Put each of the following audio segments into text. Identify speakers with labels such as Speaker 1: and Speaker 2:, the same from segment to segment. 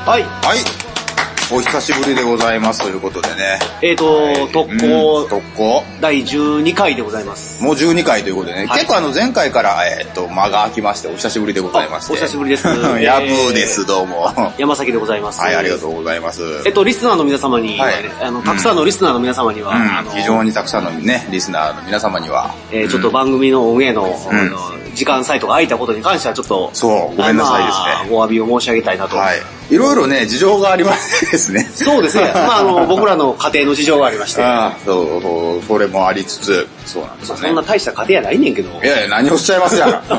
Speaker 1: はい。
Speaker 2: はい。お久しぶりでございますということでね。
Speaker 1: 特攻第12回でございます。
Speaker 2: もう12回ということでね。
Speaker 1: はい、
Speaker 2: 結構前回から、間が空きましてお久しぶりでございまして。
Speaker 1: お久しぶりです。
Speaker 2: やぶーです、どうも。
Speaker 1: 山崎でございます。
Speaker 2: はい、ありがとうございます。
Speaker 1: リスナーの皆様に、はい、たくさんのリスナーの皆様には、
Speaker 2: 非常にたくさんのね、リスナーの皆様には、
Speaker 1: ちょっと番組の運営の、時間サイトが空いたことに関してはちょっと、
Speaker 2: そう、ごめんなさいですね。
Speaker 1: お詫びを申し上げたいなと。
Speaker 2: はい。いろいろね、事情がありましてですね。
Speaker 1: そうですね。僕らの家庭の事情がありまして。
Speaker 2: それもありつつ、そうなんですよね。
Speaker 1: そんな大した家庭やないねんけど。
Speaker 2: いやいや、何をおっしゃいますやら。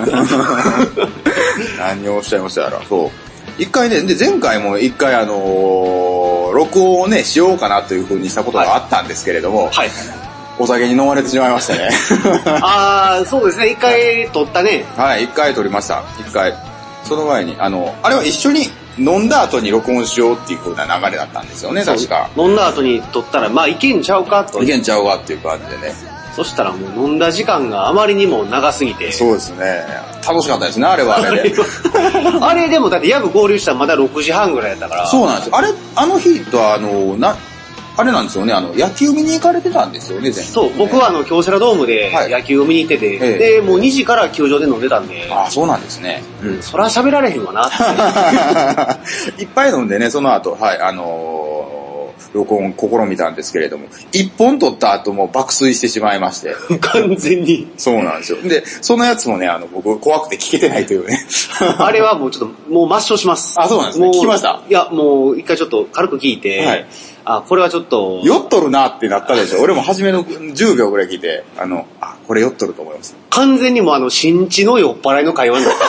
Speaker 2: 何をおっしゃいますやら。そう。一回ね、で、前回も一回録音をね、しようかなという風にしたことがあったんですけれども、はい。お酒に飲まれてしまいましたね。
Speaker 1: そうですね。一回撮ったね。
Speaker 2: はい、一回撮りました。一回。その前に、あれは一緒に飲んだ後に録音しようっていう風な流れだったんですよね、確か。
Speaker 1: 飲んだ後に撮ったら、いけんちゃうかと。
Speaker 2: いけんちゃうかっていう感じでね。
Speaker 1: そしたらもう飲んだ時間があまりにも長すぎて。
Speaker 2: そうですね。楽しかったですね、あれはあれで。
Speaker 1: あれでもだってヤブ合流したらまだ6時半ぐらいやったから。
Speaker 2: そうなんですよ。あの日とあれなんですよね、野球見に行かれてたんですよね、
Speaker 1: そう、僕は京セラドームで野球を見に行ってて、で、もう2時から球場で飲んでたんで。
Speaker 2: あ、そうなんですね。
Speaker 1: そら喋られへんわな
Speaker 2: って。いっぱい飲んでね、その後、はい、録音試みたんですけれども、1本撮った後も爆睡してしまいまして。
Speaker 1: 完全に。
Speaker 2: そうなんですよ。で、そのやつもね、僕怖くて聞けてないというね。
Speaker 1: あれはもうちょっと、もう抹消します。
Speaker 2: あ、そうなんですね。聞きました？
Speaker 1: いや、もう一回ちょっと軽く聞いて、はい。これはちょっと。
Speaker 2: 酔っとるなってなったでしょ。俺も初めの10秒ぐらい聞いて、これ酔っとると思います。
Speaker 1: 完全にもう新地の酔っ払いの会話になった。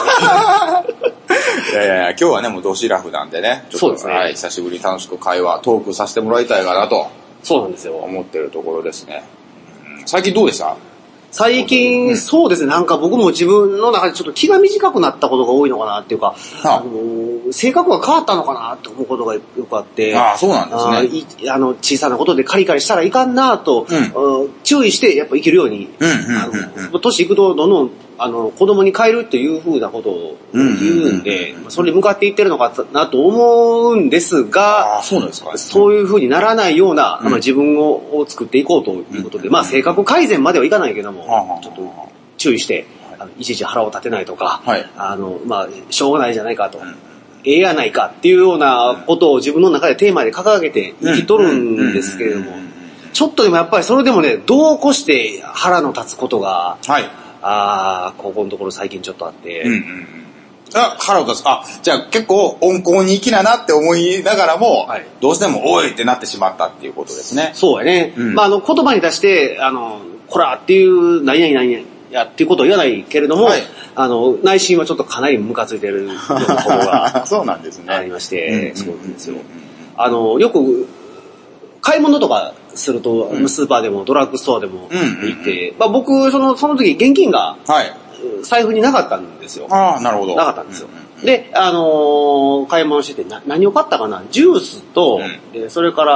Speaker 2: いや、今日はね、もうドシラフなんでね。
Speaker 1: そうですね。
Speaker 2: はい、久しぶりに楽しくトークさせてもらいたいかなと。
Speaker 1: そうなんですよ。
Speaker 2: 思ってるところですね。最近どうでした？
Speaker 1: 最近、そうですね、なんか僕も自分の中でちょっと気が短くなったことが多いのかなっていうか、性格が変わったのかなって思うことがよくあって、
Speaker 2: そうなんですね。
Speaker 1: 小さなことでカリカリしたらいかんなと、注意してやっぱ生きるように、年いくとどんどん子供に変えるっていう風なことを言うんで、それに向かっていってるのかなと思うんですが、
Speaker 2: そうなんですか。
Speaker 1: そういう風にならないような、自分を作っていこうということで、性格改善まではいかないけども、ちょっと注意して、いちいち腹を立てないとか、しょうがないじゃないかと、ええやないかっていうようなことを自分の中でテーマで掲げて生きとるんですけれども、ちょっとでもやっぱりそれでもね、度を越して腹の立つことが、ここのところ最近ちょっとあって。
Speaker 2: 腹を立つ。じゃあ結構温厚に生きななって思いながらも、どうしてもおいってなってしまったっていうことですね。
Speaker 1: そうやね。言葉に出して、こらっていう、何々何々やっていうことを言わないけれども、内心はちょっとかなりムカついてるようなところが
Speaker 2: そうなんですね。
Speaker 1: ありまして、そうなんですよ。よく、買い物とかすると、スーパーでもドラッグストアでも行って、僕、その時現金が、財布になかったんですよ。
Speaker 2: なるほど。
Speaker 1: なかったんですよ。で、買い物してて、何を買ったかな？ジュースと、それから、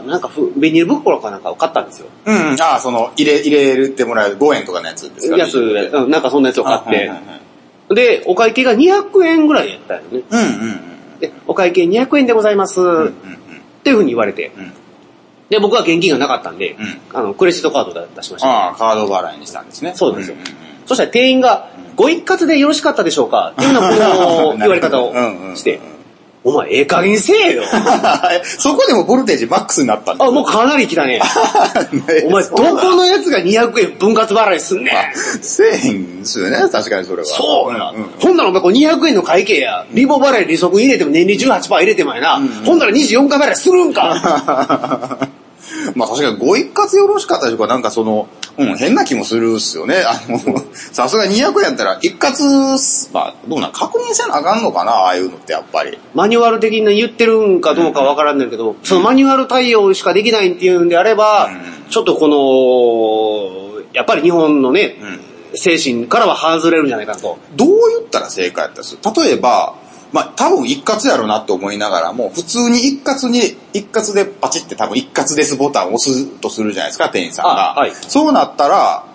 Speaker 1: なんかビニール袋かなんかを買ったんですよ。
Speaker 2: 入れてもらう5円とかのやつですか？
Speaker 1: なんかそんなやつを買って。で、お会計が200円ぐらいやったよね。で、お会計200円でございます。っていう風に言われて。で、僕は現金がなかったんで、クレジットカード出しました。
Speaker 2: カード払いにしたんですね。
Speaker 1: そうですよ。そしたら店員が、ご一括でよろしかったでしょうかっていうような言われ方をして、お前、ええ加減せえよ。
Speaker 2: そこでもボルテージマックスになったんです
Speaker 1: もうかなり来たね。お前、どこのやつが200円分割払いすんねん。
Speaker 2: せえへんですよね、確かにそれは。
Speaker 1: そうな。ほんならお前、200円の会計や、リボ払い利息入れても年利 18% 入れてもやな。ほんなら24回払いするんか。
Speaker 2: 確かにご一括よろしかったでしょうか。なんか変な気もするっすよね。さすがに200円やったら一括、どうなん確認せなあかんのかな、ああいうのってやっぱり。
Speaker 1: マニュアル的に言ってるんかどうかわからんねんけど、そのマニュアル対応しかできないっていうんであれば、ちょっとやっぱり日本のね、精神からは外れるんじゃないかなと。
Speaker 2: どう言ったら正解やったんです？例えば、多分一括やろなって思いながらも、普通に一括でパチって多分一括ですボタンを押すとするじゃないですか、店員さんが。そうなったら、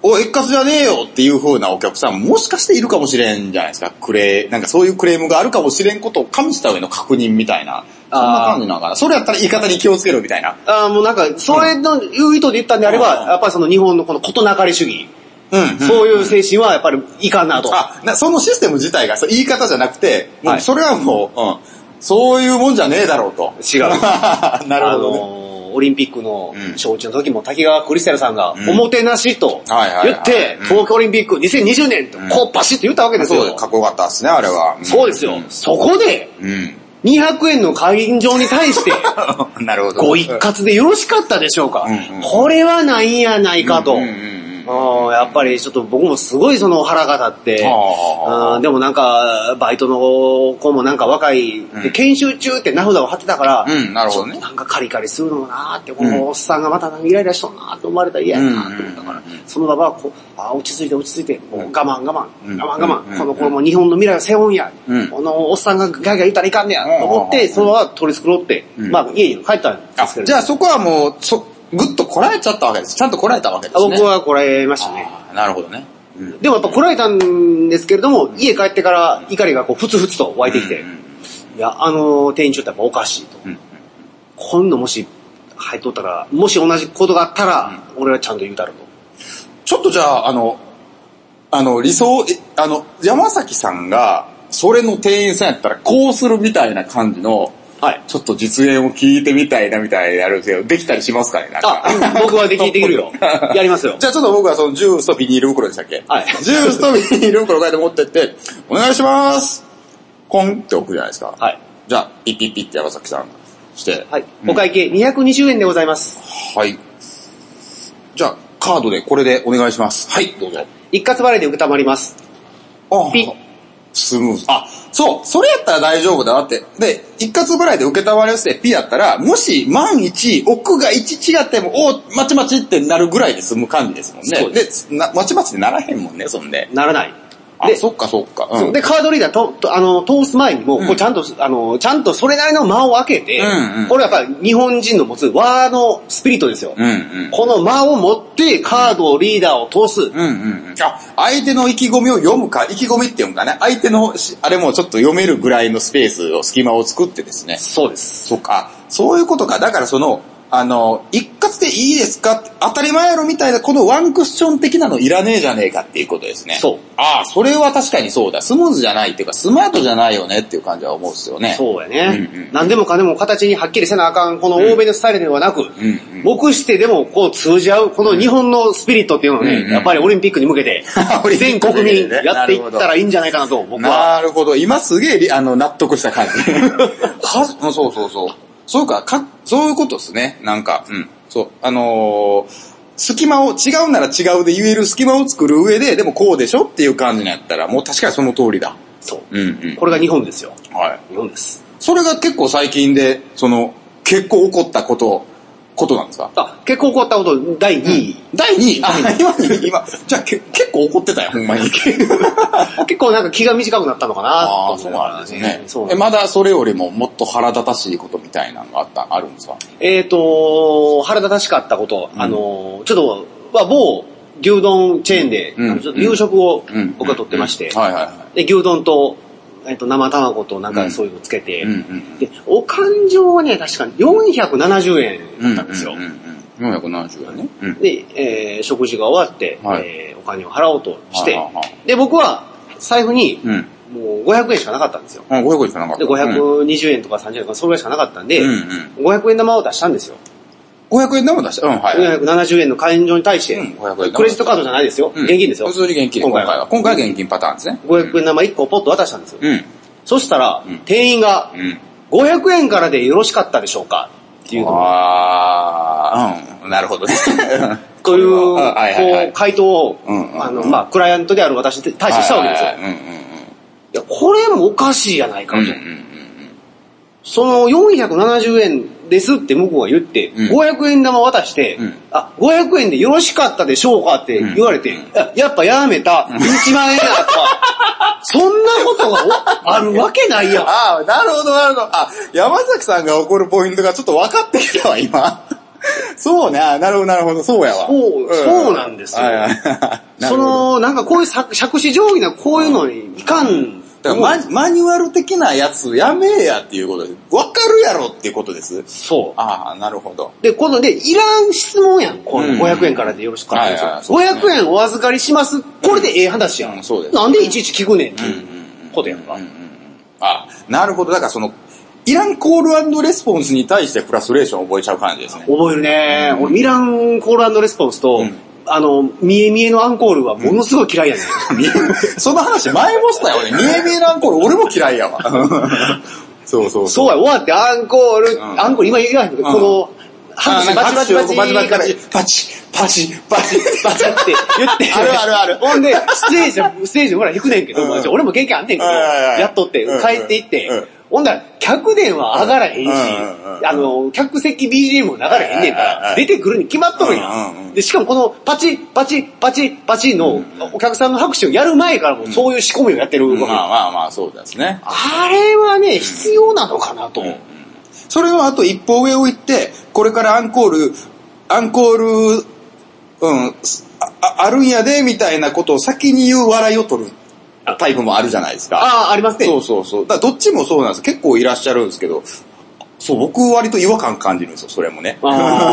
Speaker 2: お、一括じゃねえよっていう風なお客さんもしかしているかもしれんじゃないですか。なんかそういうクレームがあるかもしれんことを加味した上の確認みたいな。そんな感じなのかな。それやったら言い方に気をつけろみたいな。
Speaker 1: もうなんか、それのいう意図で言ったんであれば、やっぱりその日本のこの事なかれ主義。そういう精神はやっぱりいかんなと。
Speaker 2: そのシステム自体が言い方じゃなくて、もうそれはもう、そういうもんじゃねえだろうと。
Speaker 1: 違う。なるほど、ね。オリンピックの招致の時も滝川クリスタルさんがおもてなしと言って、東京オリンピック2020年とこうパシッと言ったわけですよ。
Speaker 2: そうかっこよかったですね、あれは。
Speaker 1: そうですよ。そこで、200円の会員場に対して、
Speaker 2: なるほど。
Speaker 1: ご一括でよろしかったでしょうか。これはないんやないかと。やっぱりちょっと僕もすごいその腹が立って、でもなんかバイトの子もなんか若い、で研修中って名札を貼ってたから、
Speaker 2: なるほどね。
Speaker 1: なんかカリカリするのもなーって、このおっさんがまたイライラしとんなーって思われたら嫌やなーって思ったから、その場はこう、落ち着いて、もう我慢、この子も日本の未来を背負うんや、このおっさんがガーガー言ったらいかんねやと思って、その場は取り繕って、家に帰ったんですけど。
Speaker 2: じゃあそこはもう、ぐっとこらえちゃったわけです。ちゃんとこらえたわけですね。
Speaker 1: 僕はこらえましたね。
Speaker 2: なるほどね。
Speaker 1: でもやっぱこらえたんですけれども、家帰ってから怒りがこうふつふつと湧いてきて、いや、店員長ってやっぱおかしいと。今度もし入っとったら、もし同じことがあったら、俺はちゃんと言うたると。
Speaker 2: ちょっとじゃあ、理想、山崎さんが、それの店員さんやったらこうするみたいな感じの、ちょっと実演を聞いてみたいなみたいでやるんですけど、できたりしますかね、なんか。
Speaker 1: 僕はできるよ。やりますよ。
Speaker 2: じゃあちょっと僕はそのジュースとビニール袋でしたっけ？
Speaker 1: はい。
Speaker 2: ジュースとビニール袋を書いて持ってって、お願いしますコンって置くじゃないですか。
Speaker 1: はい。
Speaker 2: じゃあ、ピッピッピッって山崎さんして。
Speaker 1: はい。お会計220円でございます。
Speaker 2: はい。じゃあ、カードでこれでお願いします。はい、どうぞ。
Speaker 1: 一括払いで受けたまります。
Speaker 2: ピッ。スムーズ。そう、それやったら大丈夫だなって。で、一括払いで受けたまりますってピやったら、もし万1、奥が1違っても、まちまちってなるぐらいで済む感じですもんね。で、まちまちってならへんもんね、そんで。
Speaker 1: ならない。
Speaker 2: で、そっか。
Speaker 1: で、カードリーダー通す前にも、こうちゃんとそれなりの間を空けて、これやっぱり日本人の持つ和のスピリットですよ。この間を持ってカードリーダーを通す。
Speaker 2: 相手の意気込みを読むか、意気込みって読むかね。相手の、あれもちょっと読めるぐらいのスペースを、隙間を作ってですね。
Speaker 1: そうです。
Speaker 2: そっか。そういうことか。だから一括でいいですか当たり前やろみたいな、このワンクッション的なのいらねえじゃねえかっていうことですね。
Speaker 1: そう。
Speaker 2: それは確かにそうだ。スムーズじゃないっていうか、スマートじゃないよねっていう感じは思うんですよね。
Speaker 1: そうやね。何でもかでも形にはっきりせなあかん、この欧米のスタイルではなく、目してでもこう通じ合う、この日本のスピリットっていうのをね、やっぱりオリンピックに向けて、全国民やっていったらいいんじゃないかなと、僕は。
Speaker 2: なるほど。今すげえ、納得した感じ。そう。そういうことですね。なんか、そう、隙間を、違うなら違うで言える隙間を作る上で、でもこうでしょっていう感じになったら、もう確かにその通りだ。
Speaker 1: そう。これが日本ですよ。
Speaker 2: はい。
Speaker 1: 日本です。
Speaker 2: それが結構最近で、結構起こったことなんですか？
Speaker 1: 結構起こったこと、第2位。
Speaker 2: 第2位今、じゃあ結構怒ってたよ、ほんまに。
Speaker 1: 結構なんか気が短くなったのかなと思
Speaker 2: そうなんですね。まだそれよりももっと腹立たしいことみたいなのがあるんですか？
Speaker 1: 腹立たしかったこと、ちょっと、某牛丼チェーンで、ちょっと夕食を僕は取ってまして、で、牛丼と、生卵となんかそういうのつけて、で、お勘定はね、確かに470円だったんですよ。
Speaker 2: 470円ね。
Speaker 1: で、食事が終わって、お金を払おうとして、で、僕は財布に、もう500円しかなかったんですよ。
Speaker 2: 500円しかなかった。
Speaker 1: で、520円とか30円とかそれぐらいしかなかったんで、500円玉を出したんですよ。
Speaker 2: 500円玉出した
Speaker 1: 470円の会員場に対して、クレジットカードじゃないですよ。現金ですよ。
Speaker 2: 普通に現金。今回は現金パターンですね。
Speaker 1: 500円玉1個ポッと渡したんですよ。そしたら、店員が、500円からでよろしかったでしょうかっていうのを。
Speaker 2: なるほどね。
Speaker 1: という、回答を、クライアントである私に対してしたわけですよ。いや、これもおかしいやないかと。その470円ですって向こうが言って、500円玉渡して、500円でよろしかったでしょうかって言われて、やっぱやめた、1万円だとか、そんなことがあるわけないやん。
Speaker 2: なるほど。山崎さんが怒るポイントがちょっと分かってきたわ、今。 そうね。なるほど、なるほど。そうやわ。
Speaker 1: そうなんですよ。なんかこういう杓子定規なこういうのにいかん。
Speaker 2: だからマニュアル的なやつやめえやっていうことです。わかるやろっていうことです。
Speaker 1: そう。
Speaker 2: ああ、なるほど。
Speaker 1: で、いらん質問やん。この500円からでよろしくお願いします。500円お預かりします。これでええ話やん。
Speaker 2: そうです。
Speaker 1: なんでいちいち聞くねんっていうことやんか。
Speaker 2: あ、なるほど。だからいらんコール&レスポンスに対してフラストレーションを覚えちゃう感じですね。
Speaker 1: 覚えるね。俺、いらんコール&レスポンスと、見え見えのアンコールはものすごい嫌いやねん。
Speaker 2: その話前もしたよね。見え見えのアンコール俺も嫌いやわ。そう。
Speaker 1: そうや、終わってアンコール今言わへんけど、この、拍手バチバチバチ
Speaker 2: パチパチ
Speaker 1: って言って。
Speaker 2: ある。
Speaker 1: ほんで、ステージほら弾くねんけど、俺も経験あんねんけど、やっとって、帰っていって、ほんだら、客電は上がらへんし、客席 BGM も流れへんねんから、出てくるに決まっとるやん。で、しかもこのパチパチパチパチのお客さんの拍手をやる前からもそういう仕込みをやってるわけ。
Speaker 2: まあ、そうですね。
Speaker 1: あれはね、必要なのかなと。
Speaker 2: それのあと一歩上を行って、これからアンコール、あるんやで、みたいなことを先に言う笑いを取るタイプもあるじゃないですか。
Speaker 1: ありますね。
Speaker 2: そう。だからどっちもそうなんです。結構いらっしゃるんですけど、そう、僕割と違和感感じるんですよ、それもね。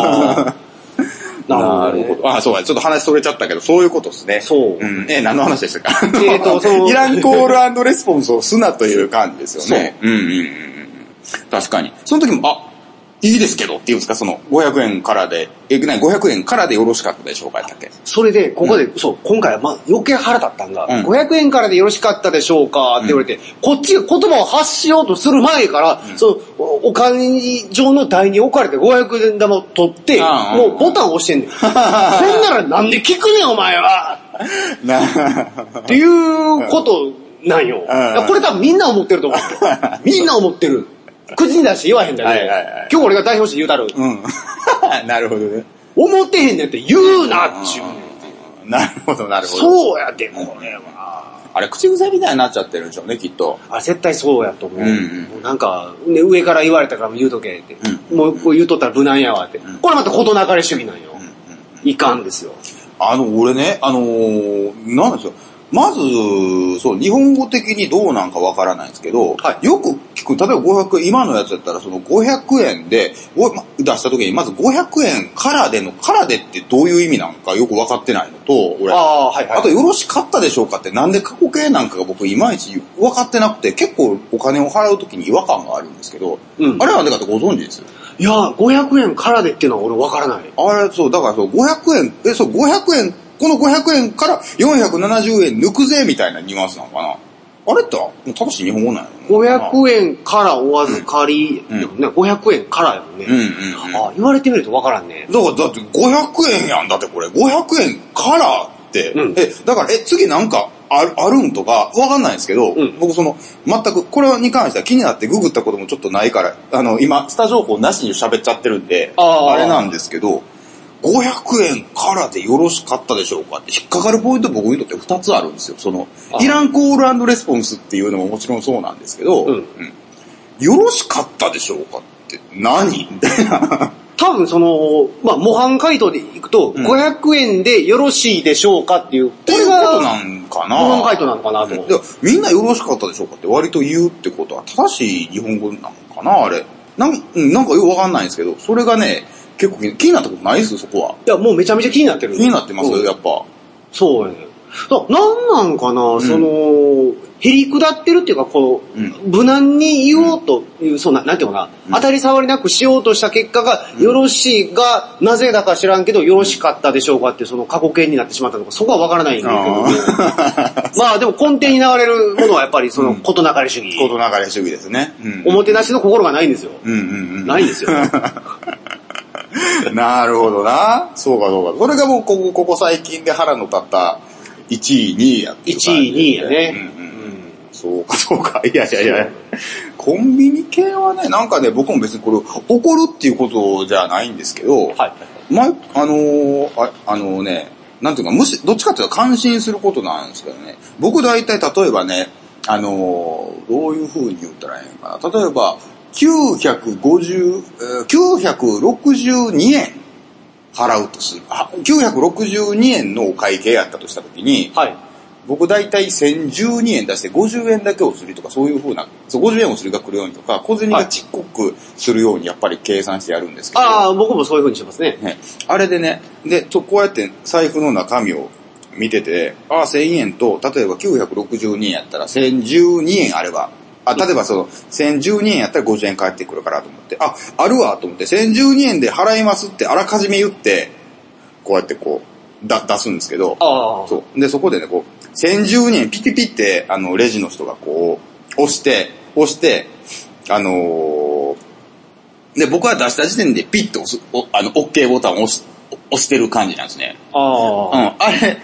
Speaker 2: なるほど。そうだ、ちょっと話それちゃったけど、そういうことですね。
Speaker 1: そう。
Speaker 2: 何の話でしたかイランコール&レスポンスをすなという感じですよね。確かに。その時も、いいですけどっていうんですか、500円からで、500円からでよろしかったでしょうか、だっけ。
Speaker 1: それで、ここで、今回は余計腹立ったんが、500円からでよろしかったでしょうかって言われて、こっちが言葉を発しようとする前から、お金上の台に置かれて500円玉を取って、もうボタンを押してんねん。そんならなんで聞くねん、お前はっていうことなんよ。これ多分みんな思ってると思う。みんな思ってる。口に出して言わへんだよね。今日俺が代表して言うたる。
Speaker 2: なるほどね。
Speaker 1: 思ってへんねんって言うなっちゅう。
Speaker 2: なるほど。
Speaker 1: そうやで、これは。
Speaker 2: あれ、口癖みたいになっちゃってるんでしょうね、きっと。
Speaker 1: 絶対そうやと思う。なんか、ね、上から言われたから言うとけって。もうこう言うとったら無難やわって。これまた事なかれ主義なんよ。いかんですよ。
Speaker 2: 俺ね、なんですよ。まず、日本語的にどうなんかわからないんですけど、よく聞く、例えば500円、今のやつだったら500円で、出した時に、まず500円からでってどういう意味なのかよくわかってないのと、あとよろしかったでしょうかってなんで過去形なんかが僕いまいちわかってなくて、結構お金を払う時に違和感があるんですけど、あれはなんでかってご存知です？
Speaker 1: いや、500円からでっていうのは俺わからない。
Speaker 2: だから500円、500円、この500円から470円抜くぜみたいなニュアンスなのかな。あれって正しい日本語なんやろ
Speaker 1: な。500円からお預かり、500円からやもんね。言われてみるとわからんね。
Speaker 2: だって500円やん。だってこれ500円からって。だから次なんかあるんとかわかんないんですけど、僕全くこれに関しては気になってググったこともちょっとないから、今スタ情報なしに喋っちゃってるんで、あれなんですけど、500円からでよろしかったでしょうかって引っかかるポイント僕にとって2つあるんですよ。イランコール&レスポンスっていうのももちろんそうなんですけど、よろしかったでしょうかって何みたいな。
Speaker 1: 多分模範回答でいくと、500円でよろしいでしょうかっていう、こ
Speaker 2: れが、ことなんかな。
Speaker 1: 模範回答なのかなと思う。
Speaker 2: みんなよろしかったでしょうかって割と言うってことは正しい日本語なのかなあれ。なんかよくわかんないんですけど、それがね、結構気になったことないですよ、そこは。
Speaker 1: いや、もうめちゃめちゃ気になってる。
Speaker 2: 気になってますよ、やっぱ。
Speaker 1: そうやね。なんかな、へりくだってるっていうか、無難に言おうという、なんていうかな、当たり障りなくしようとした結果が、よろしいが、なぜだか知らんけど、よろしかったでしょうかっていう過去形になってしまったのか、そこはわからないんだけど、まあでも根底に流れるものはやっぱり事なかれ主義。
Speaker 2: 事なかれ主義ですね。
Speaker 1: おもてなしの心がないんですよ。ないんですよ。
Speaker 2: なるほどな。そうか。それがもうここ最近で腹の立った1位、2位やっていう感じ。
Speaker 1: 1位、2位やね。
Speaker 2: そうか。いや。コンビニ系はね、なんかね、僕も別にこれ怒るっていうことじゃないんですけど、なんていうか、どっちかっていうと感心することなんですけどね。僕大体例えばね、どういう風に言ったらいいのかな。例えば、962円払うとする。962円のお会計やったとしたときに、はい。僕大体1012円出して50円だけお釣りとかそういう風な、50円お釣りが来るようにとか、小銭がちっこくするようにやっぱり計算してやるんですけど。
Speaker 1: ああ、僕もそういう風にしてますね。
Speaker 2: あれでね、で、こうやって財布の中身を見てて、1000円と、例えば962円やったら1012円あれば、例えば1012円やったら50円返ってくるからと思って、あるわと思って、1012円で払いますってあらかじめ言って、こうやって出すんですけど、そう。で、そこでね、1012円ピピピって、レジの人が押して、で、僕は出した時点でピッと押す、OK ボタンを押してる感じなんですね。あれ、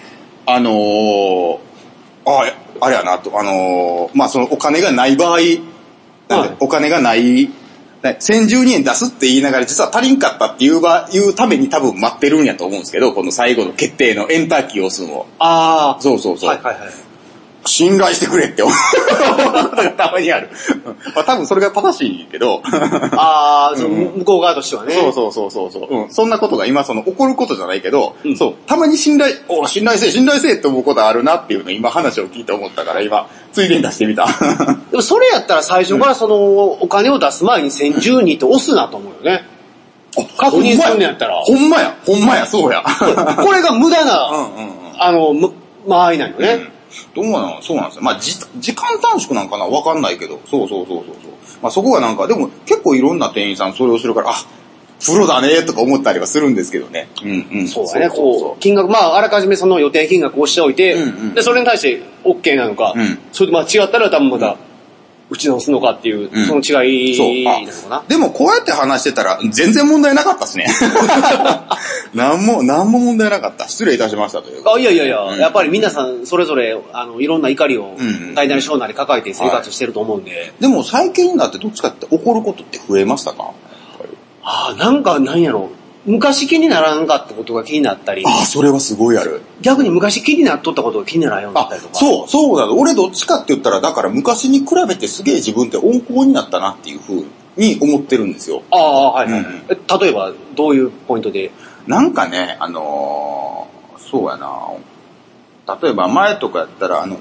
Speaker 2: あれやなと、そのお金がない場合、お金がない、1012円出すって言いながら実は足りんかったっていうために多分待ってるんやと思うんですけど、この最後の決定のエンターキーを押すのを。そうそうそう。はいはいはい。信頼してくれって思うことがたまにある。多分それが正しいけど。
Speaker 1: 向こう側としてはね。
Speaker 2: そう。そんなことが今起こることじゃないけど、そう、たまに信頼せえって思うことあるなっていうのを今話を聞いて思ったから今、ついでに出してみた。
Speaker 1: でもそれやったら最初からお金を出す前に1012って押すなと思うよね。確認するんやったら。
Speaker 2: ほんまや、そうや。
Speaker 1: これが無駄な、間合いなんよね。
Speaker 2: どうなの？そうなんですよ。時間短縮なんかなわかんないけど。そう。そこがなんか、でも結構いろんな店員さんそれをするから、プロだねとか思ったりはするんですけどね。
Speaker 1: そうだね。金額、あらかじめその予定金額をしておいて、で、それに対して OK なのか、それで違ったら多分また、打ち直すのかっていう、その違いなのかな。
Speaker 2: でもこうやって話してたら全然問題なかったですね。何も問題なかった。失礼いたしましたというか。
Speaker 1: いや、やっぱり皆さんそれぞれいろんな怒りを大なり小なり抱えて生活してると思うんで。
Speaker 2: でも最近になってどっちかって怒ることって増えましたか？
Speaker 1: なんやろ。昔気にならんかったことが気になったり。
Speaker 2: それはすごいある。
Speaker 1: 逆に昔気になっとったことが気にならんようになったりとか。
Speaker 2: そうなの。俺どっちかって言ったら、だから昔に比べてすげえ自分って温厚になったなっていう風に思ってるんですよ。
Speaker 1: はい。例えば、どういうポイントで？
Speaker 2: なんかね、そうやな。例えば前とかやったら、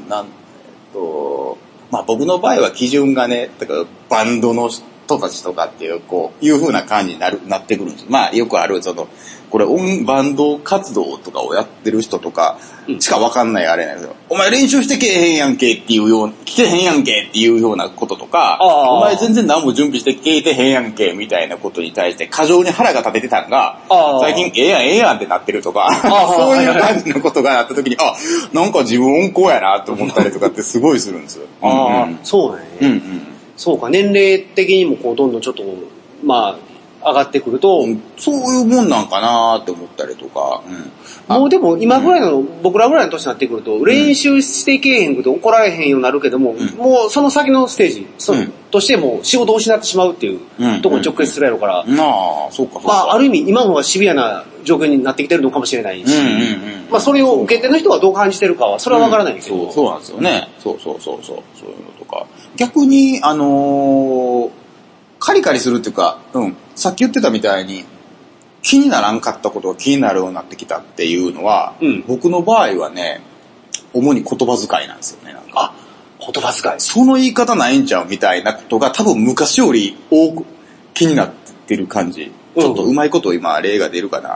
Speaker 2: 僕の場合は基準がね、バンドの人たちとかっていう、いう風な感じになってくるんです。よくある、これバンド活動とかをやってる人とかしかわかんないあれなんですよ。お前練習してけえへんやんけっていうよう、来てへんやんけっていうようなこととか、お前全然何も準備してけえてへんやんけみたいなことに対して過剰に腹が立ててたんが、最近ええやんってなってるとか、そういう感じのことがあった時に、なんか自分温厚やなと思ったりとかってすごいするんですよ。
Speaker 1: そうね。そうか、年齢的にもどんどんちょっと、上がってくると、
Speaker 2: そういうもんなんかなーって思ったりとか。
Speaker 1: もうでも今ぐらいの、僕らぐらいの年になってくると、練習していけへんこと怒られへんようになるけども、もうその先のステージ、としても仕事を失ってしまうっていうところに直結するやろから、
Speaker 2: そうか。
Speaker 1: ある意味今の方がシビアな状況になってきてるのかもしれないし、それを受け手の人がどう感じてるかは、それはわからないけど。
Speaker 2: そうなんですよね。そういうのとか。逆に、カリカリするっていうか、さっき言ってたみたいに、気にならんかったことが気になるようになってきたっていうのは、僕の場合はね、主に言葉遣いなんですよね。
Speaker 1: 言葉遣い。
Speaker 2: その言い方ないんちゃうみたいなことが多分昔より多く気になってる感じ。ちょっとうまいこと今例が出るかな。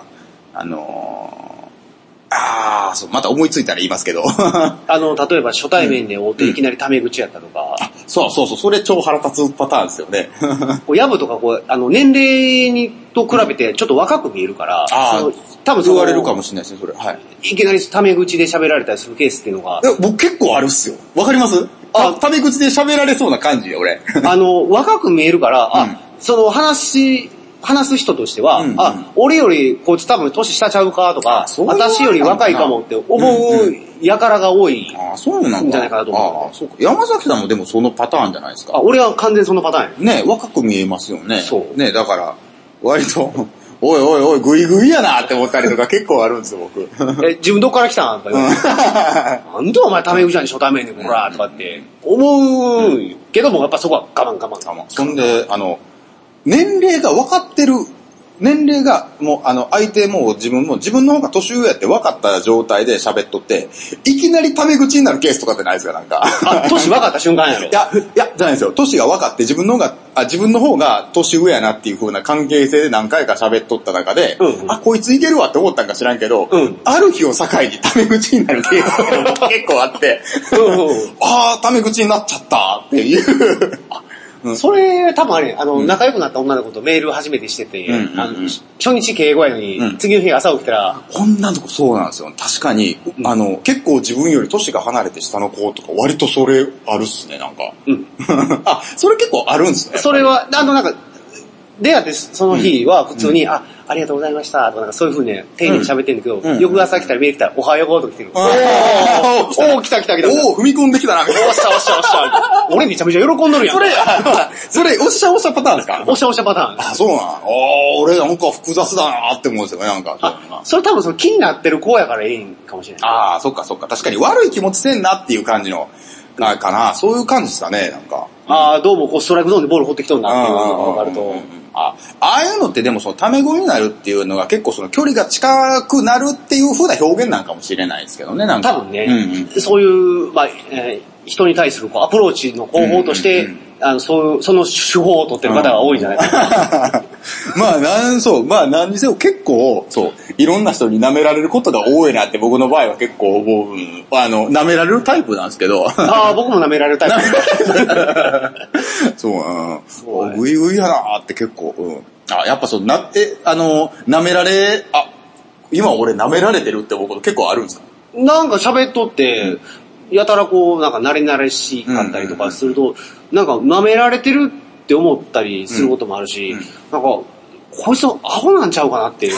Speaker 2: また思いついたら言いますけど。
Speaker 1: 例えば初対面で会うていきなりタメ口やったとか。
Speaker 2: そう。それ超腹立つパターンですよね。
Speaker 1: ヤブとか年齢と比べてちょっと若く見えるから、
Speaker 2: 多分言われるかもしれないですね、それ。はい。
Speaker 1: いきなりタメ口で喋られたりするケースっていうのが。
Speaker 2: 僕結構あるっすよ。わかります？タメ口で喋られそうな感じよ、俺。
Speaker 1: 若く見えるから、話す人としては、俺よりこいつ多分年下ちゃうかとか、私より若いかもって思う輩が多いんじゃないかなと思う。
Speaker 2: そうか。山崎さんもでもそのパターンじゃないですか。
Speaker 1: 俺は完全にそのパターン
Speaker 2: や。ね、若く見えますよね。
Speaker 1: そう。
Speaker 2: ね、だから、割と、おい、グイグイやなって思ったりとか結構あるんですよ、僕。
Speaker 1: 自分どっから来たんとか言われて。なんでお前タメ口やねん初対面でこらとかって思うけども、やっぱそこは我慢。
Speaker 2: そんで、年齢が分かってる年齢が、もう、相手も自分の方が年上やって分かった状態で喋っとって、いきなりタメ口になるケースとかってないですか、なんか。
Speaker 1: あ、年分かった瞬間やろ。
Speaker 2: いや、じゃないですよ。年が分かって自分の方が年上やなっていう風な関係性で何回か喋っとった中で、あ、こいついけるわって思ったんか知らんけど、ある日を境にタメ口になるケースが結構あって、あー、タメ口になっちゃったっていう。
Speaker 1: それ、多分あれ、仲良くなった女の子とメール初めてしてて、初日敬語やのに、次の日朝起きたら、
Speaker 2: 女の子そうなんですよ。確かに、結構自分より年が離れて下の子とか割とそれあるっすね、なんか。あ、それ結構あるんですね。
Speaker 1: それは、なんか、出会ってその日は普通に、ありがとうございましたとか、なんかそういう風に丁寧に喋ってんだけど、翌朝来たらメール来たら、おはようと来てる。来た。
Speaker 2: 踏み込んできたな。おっし
Speaker 1: ゃ。俺めちゃめちゃ喜んどるやん。
Speaker 2: それ、おっしゃパターンですか？
Speaker 1: おっしゃパターン。
Speaker 2: あ、そうなん。俺なんか複雑だなって思うんですよね、なんか。
Speaker 1: それ多分気になってる子やからいいんかもしれない。
Speaker 2: ああ、そっか。確かに悪い気持ちせんなっていう感じの、かな。そういう感じですかね、なんか。
Speaker 1: どうもストライクゾーンでボール放ってきとんなっていうのが分かると。
Speaker 2: ああいうのってでもタメ語になるっていうのが結構距離が近くなるっていう風な表現なんかもしれないですけどね、なんか。
Speaker 1: 多分ね、そういう、人に対するアプローチの方法として、その手法を取ってる方が多いんじゃないですか。
Speaker 2: 何にせよ結構、いろんな人に舐められることが多いなって僕の場合は結構思う。舐められるタイプなんですけど。
Speaker 1: 僕も舐められるタイ
Speaker 2: プ。ぐいぐいやなーって結構、やっぱ舐められ、今俺舐められてるって思うこと結構あるんですか？
Speaker 1: なんか喋っとって、やたらなんか慣れ慣れしかったりとかすると、なんか舐められてるって思ったりすることもあるし、なんか、こいつアホなんちゃうかなって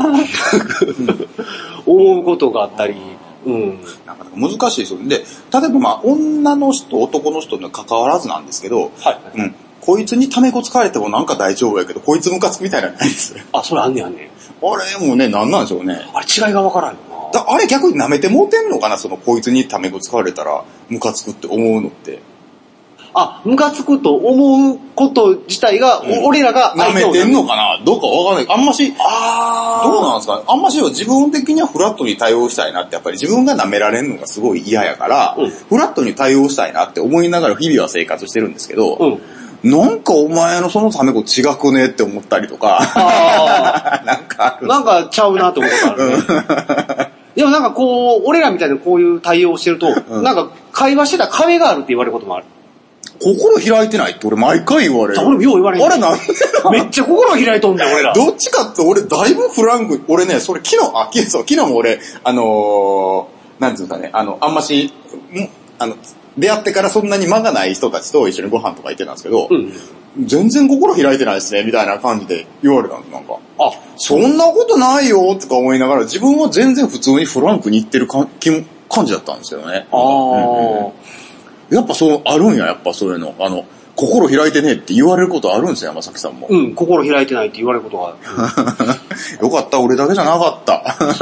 Speaker 1: 思うことがあったり、
Speaker 2: なかなか難しいですよね。で、例えば女の人、男の人に関わらずなんですけど、こいつにタメ語使われてもなんか大丈夫やけど、こいつムカつくみたいなのないです。
Speaker 1: それあんねん。
Speaker 2: あれもね、なんなんでしょうね。
Speaker 1: あれ違いがわからんよな。
Speaker 2: あれ逆に舐めてもうてんのかな、こいつにタメ語使われたらムカつくって思うのって。
Speaker 1: ムカつくと思うこと自体が、俺らが
Speaker 2: 舐めてんのかな、どうかわかんない。あんまし、どうなんですかね。あんまし自分的にはフラットに対応したいなって、やっぱり自分が舐められるのがすごい嫌やから、フラットに対応したいなって思いながら日々は生活してるんですけど、なんかお前のそのタメ語違くねって思ったりとか。
Speaker 1: なんかちゃうなって思うことあるね。でもなんか俺らみたいなこういう対応をしてると、なんか会話してたら壁があるって言われることもある。
Speaker 2: 心開いてないって俺毎回言われる。
Speaker 1: 俺もよう言われる。
Speaker 2: あれなんで
Speaker 1: めっちゃ心開いとんだよ、俺ら。
Speaker 2: どっちかって俺だいぶフランク、俺ね、それ昨日も俺、なんていうんですかね、あんまし、出会ってからそんなに間がない人たちと一緒にご飯とか行ってたんですけど、全然心開いてないですね、みたいな感じで言われたんです、なんか。そんなことないよ、とか思いながら、自分は全然普通にフランクに言ってる感じだったんですけどね。やっぱあるんや、やっぱそういうの。心開いてねえって言われることあるんですよ、山崎さんも。
Speaker 1: 心開いてないって言われることがある。
Speaker 2: よかった、俺だけじゃなかった。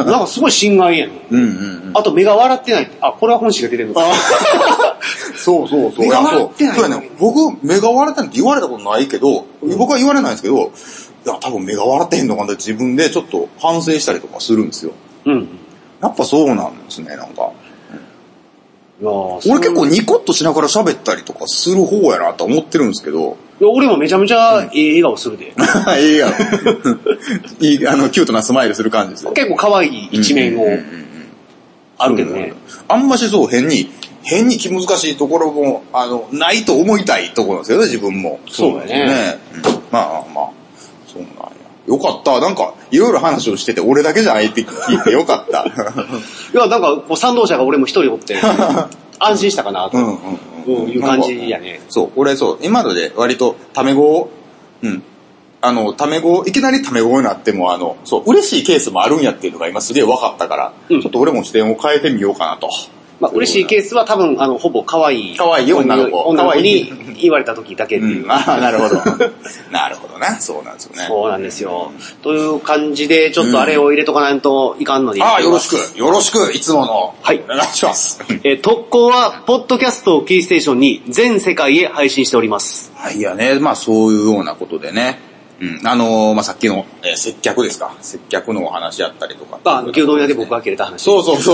Speaker 1: なんかすごい心外やん。あと目が笑ってないって。これは本心が出てるのか。
Speaker 2: そう。
Speaker 1: 目が笑ってない。
Speaker 2: そうやね。僕、目が笑ってないって言われたことないけど、僕は言われないんですけど、いや、多分目が笑ってへんのかなって自分でちょっと反省したりとかするんですよ。やっぱそうなんですね、なんか。俺結構ニコッとしながら喋ったりとかする方やなと思ってるんですけど。
Speaker 1: 俺もめちゃめちゃ笑顔するで。
Speaker 2: いいやろ。キュートなスマイルする感じですよ。
Speaker 1: 結構可愛い一面をあるけどね。
Speaker 2: あんまし変に気難しいところも、ないと思いたいところなんですよね、自分も。
Speaker 1: そうだね。
Speaker 2: まあ、そうなんや。よかった。なんか、いろいろ話をしてて、俺だけじゃないって聞いてよかった。
Speaker 1: いや、なんか、賛同者が俺も一人おって、安心したかな、という感じやね。
Speaker 2: 俺今ので割とタメ語を、いきなりタメ語になっても、嬉しいケースもあるんやっていうのが今すげえ分かったから、ちょっと俺も視点を変えてみようかなと。
Speaker 1: 嬉しいケースは多分、ほぼ可愛い
Speaker 2: 女の子
Speaker 1: に言われた時だけっていう。
Speaker 2: なるほど。なるほどね。そうなんですよね。
Speaker 1: そうなんですよ。という感じで、ちょっとあれを入れとかないといかんので。
Speaker 2: よろしく、いつもの。はい。お願いします。
Speaker 1: 特攻は、ポッドキャストをキーステーションに全世界へ配信しております。
Speaker 2: はい、いやね、そういうようなことでね。 まあ、さっきの、接客ですか。接客のお話やったりとか。
Speaker 1: 牛丼屋で僕が切れた話。
Speaker 2: そう。結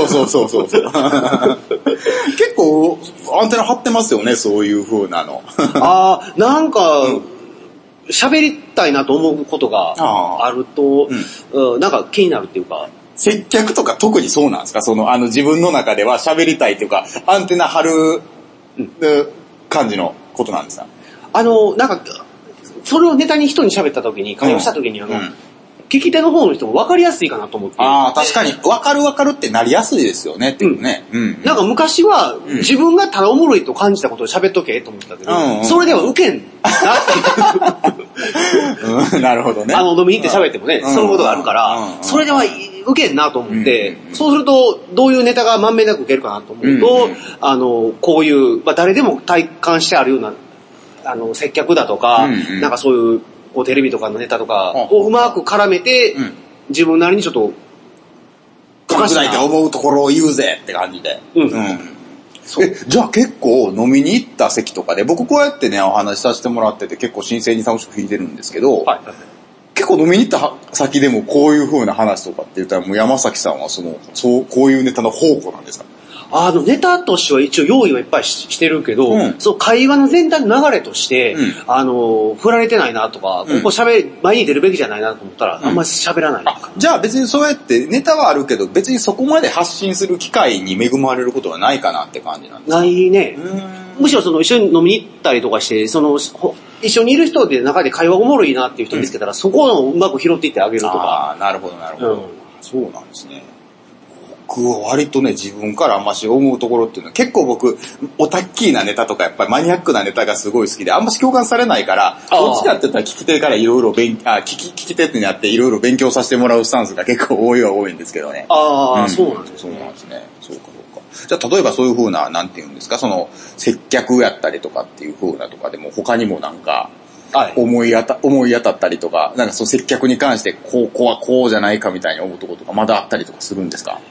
Speaker 2: 構、アンテナ張ってますよね、そういう風なの。
Speaker 1: なんか、喋りたいなと思うことがあると、なんか気になるっていうか。
Speaker 2: 接客とか特にそうなんですか？自分の中では喋りたいっていうか、アンテナ張る感じのことなんですか？
Speaker 1: なんか、それをネタに人に喋った時に、会話した時に聞き手の方の人も分かりやすいかなと思って。
Speaker 2: 確かに。分かるってなりやすいですよね、っていうね。
Speaker 1: なんか昔は、自分がただおもろいと感じたことを喋っとけと思ってたけど、それでは受けんなっていう。
Speaker 2: なるほどね。
Speaker 1: 飲みに行って喋ってもね、そういうことがあるから、それでは受けんなと思って、そうすると、どういうネタがまんべんなく受けるかなと思うと、こういう、誰でも体感してあるような、接客だとか、なんかそういう、テレビとかのネタとかをうまく絡めて、自分なりにちょっと、
Speaker 2: 砕いて思うところを言うぜって感じで。じゃあ結構飲みに行った席とかで、僕こうやってね、お話しさせてもらってて結構新鮮に楽しく弾いてるんですけど、結構飲みに行った先でもこういう風な話とかって言ったら、もう山崎さんはこういうネタの宝庫なんですか？
Speaker 1: ネタとしては一応用意はいっぱいしてるけど、その会話の全体の流れとして、振られてないなとか、ここ前に出るべきじゃないなと思ったら、あんまり喋らない。
Speaker 2: じゃあ別にそうやってネタはあるけど、別にそこまで発信する機会に恵まれることはないかなって感じなんですか？
Speaker 1: ないね。むしろ一緒に飲みに行ったりとかして、一緒にいる人で中で会話おもろいなっていう人見つけたら、そこをうまく拾っていってあげるとか。
Speaker 2: なるほど。そうなんですね。僕は割とね、自分からあんまし思うところっていうのは、結構僕、オタッキーなネタとか、やっぱりマニアックなネタがすごい好きで、あんまし共感されないから、どっちかって言ったら聞き手からいろいろ聞き手ってなっていろいろ勉強させてもらうスタンスが結構多いんですけどね。
Speaker 1: そうなんですね。
Speaker 2: そうなんですね。そうか。じゃあ例えばそういう風な、なんていうんですか、接客やったりとかっていう風なとかでも、他にもなんか、思い当たったりとか、なんか接客に関して、こうはこうじゃないかみたいに思うところとか、まだあったりとかするんですか？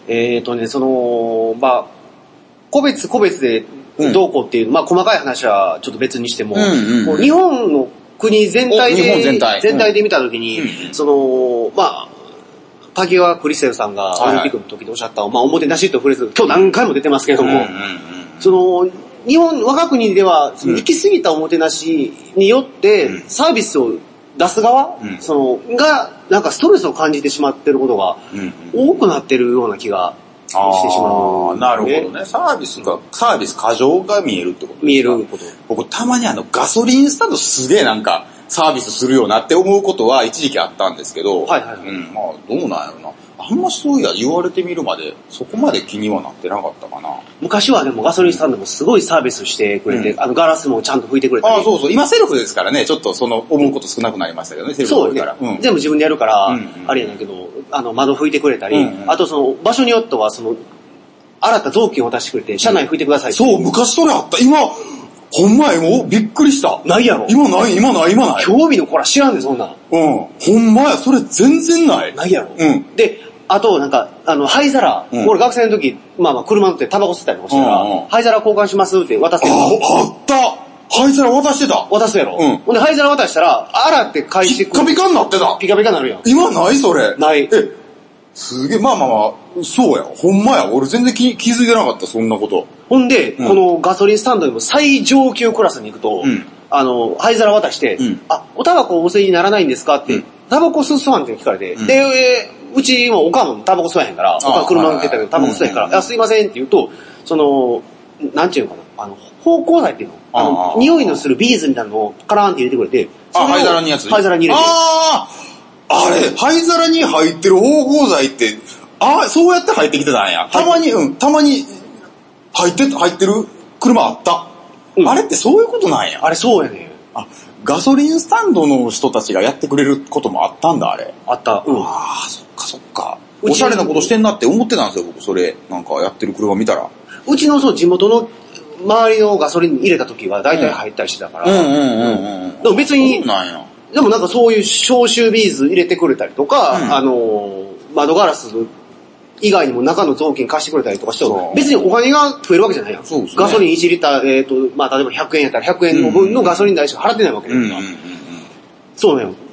Speaker 1: 個別でどうこうっていう、細かい話はちょっと別にしても、日本の国全体で見たときに、滝川クリステルさんがオリンピックの時でおっしゃった、おもてなしとフレーズ、今日何回も出てますけども、日本、我が国では、行き過ぎたおもてなしによって、サービスを出す側、が、なんかストレスを感じてしまっていることが、多くなっているような気がしてしまう。
Speaker 2: なるほどね。サービス過剰が見えるってことですか？
Speaker 1: 見えること。
Speaker 2: 僕、たまにガソリンスタンドすげえなんか、サービスするよなって思うことは一時期あったんですけど、どうなんやろな。あんまそういや言われてみるまで、そこまで気にはなってなかったかな。
Speaker 1: 昔はでもガソリンスタンドもすごいサービスしてくれて、ガラスもちゃんと拭いてくれて。
Speaker 2: そう。今セルフですからね、ちょっと思うこと少なくなりましたけどね、セルフ
Speaker 1: そうね。全部自分でやるから、あれやねんけど、窓拭いてくれたり、あと場所によっては洗った雑巾を渡してくれて、車内拭いてくださいって。
Speaker 2: そう、昔それあった。今、ほんまや、もうびっくりした。
Speaker 1: ないやろ。
Speaker 2: 今ない。
Speaker 1: 興味の子ら知らんで、そんなん。
Speaker 2: ほんまや、それ全然ない。
Speaker 1: ないやろ。で、あと、なんか、灰皿、俺学生の時、車乗ってタバコ吸ったりもしたら、灰皿交換しますって渡すけど。
Speaker 2: あった灰皿渡してた。
Speaker 1: 渡すやろ。ほんで、灰皿渡したら、洗って返してくる。
Speaker 2: ピカピカになってた。
Speaker 1: ピカピカになるやん。
Speaker 2: 今ないそれ。
Speaker 1: ない。
Speaker 2: すげえ、そうや。ほんまや。俺全然気づいてなかった、そんなこと。
Speaker 1: ほんで、このガソリンスタンドでも最上級クラスに行くと、灰皿渡して、おタバコお吸いにならないんですかって、タバコ吸わんって聞かれて、で、うちもおかんもタバコ吸わへんから、おかん車乗ってたけどタバコ吸わへんから、すいませんって言うと、なんていうのかな、芳香剤っていうの、匂いのするビーズみたいなのをカラーンって入れてくれて、
Speaker 2: 灰皿にやつ
Speaker 1: 灰皿に入れて。
Speaker 2: あれ、灰皿に入ってる芳香剤って、そうやって入ってきてたんや。たまに入ってる車あった。あれってそういうことなんや。
Speaker 1: あれそうやね。
Speaker 2: ガソリンスタンドの人たちがやってくれることもあったんだ、あれ。
Speaker 1: あった。
Speaker 2: そっか。おしゃれなことしてんなって思ってたんですよ、僕、それ。なんかやってる車見たら。
Speaker 1: うちの地元の周りのガソリン入れた時は大体入ったりしてたから。でも別に、でもなんかそういう消臭ビーズ入れてくれたりとか、窓ガラス以外にも中の雑巾貸してくれたりとかしても、別にお金が増えるわけじゃないやん。ガソリン1リッター、例えば100円やったら100円の分のガソリン代しか払ってないわけだから。そうね。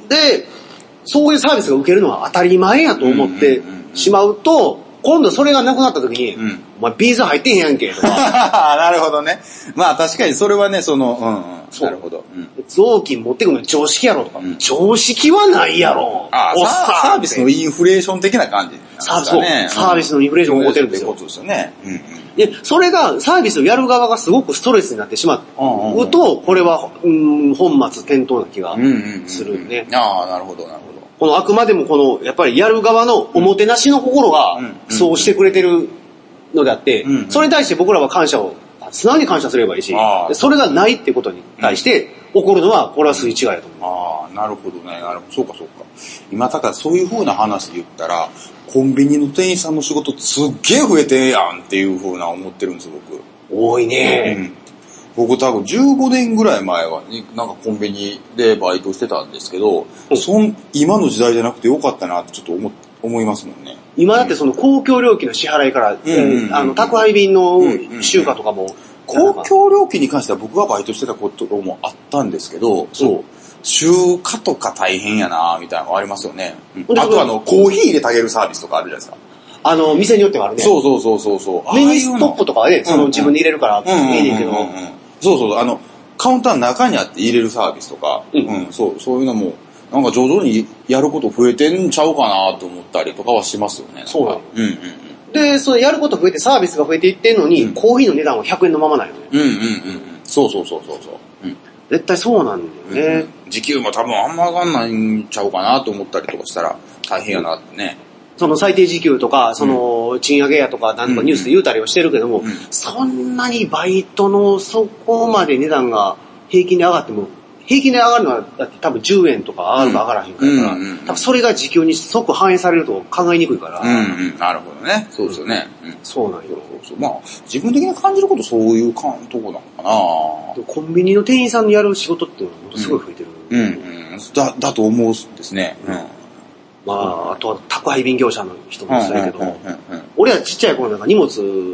Speaker 1: で、そういうサービスが受けるのは当たり前やと思ってしまうと、今度それがなくなった時に、お前ビーズ入ってへんやんけとか。
Speaker 2: なるほどね。まあ確かにそれはね、なるほど。
Speaker 1: 雑巾持ってくるの常識やろとか。常識はないやろ。
Speaker 2: サービスのインフレーション的な感じなんですかね。
Speaker 1: サービスのインフレーションを起こってるんですよ。
Speaker 2: ってことですよね。
Speaker 1: で、それがサービスをやる側がすごくストレスになってしまうと、これは、本末転倒な気がするね。
Speaker 2: ああ、なるほど、なるほど。
Speaker 1: このあくまでもやっぱりやる側のおもてなしの心がそうしてくれてるのであって、それに対して僕らは素直に感謝すればいいし、それがないってことに対して起こるのは、これは筋違いだと思う。
Speaker 2: ああ、なるほどね。なるほど。そうか、そうか。今、だからそういう風な話で言ったら、コンビニの店員さんの仕事すっげえ増えてんやんっていう風な思ってるんですよ、僕。
Speaker 1: 多いね。
Speaker 2: 僕多分15年ぐらい前は、なんかコンビニでバイトしてたんですけど、今の時代じゃなくてよかったなってちょっと思いますもんね。
Speaker 1: 今だってその公共料金の支払いから、宅配便の集荷とかも、
Speaker 2: 公共料金に関しては僕がバイトしてたこともあったんですけど、集荷とか大変やなみたいなのありますよね。あとコーヒー入れてあげるサービスとかあるじゃないですか。
Speaker 1: 店によってはあるね。
Speaker 2: そう。
Speaker 1: メニューストップとかはね、自分で入れるからいいねんけど。
Speaker 2: カウンターの中にあって入れるサービスとか、そういうのも、なんか徐々にやること増えてんちゃうかなと思ったりとかはしますよね。
Speaker 1: そうなの。で、それやること増えてサービスが増えていってんのに、コーヒーの値段は100円のままないよね。そう。絶対そうなんだよね。
Speaker 2: 時給も多分あんま上がんないんちゃうかなと思ったりとかしたら大変やなってね。
Speaker 1: その最低時給とか、賃上げやとか、なんとかニュースで言うたりはしてるけども、そんなにバイトのそこまで値段が平均で上がっても、平均で上がるのはだって多分10円とか上がるか上がらへんから、多分それが時給に即反映されると考えにくいから。
Speaker 2: なるほどね。そうですよね。
Speaker 1: そうなんよ。
Speaker 2: まあ、自分的に感じることそういうとこなのかな。
Speaker 1: コンビニの店員さんのやる仕事っていうのはものすごい増えてる。
Speaker 2: だと思うんですね。
Speaker 1: まあ、あとは宅配便業者の人もそうやけど、俺はちっちゃい頃なんか荷物、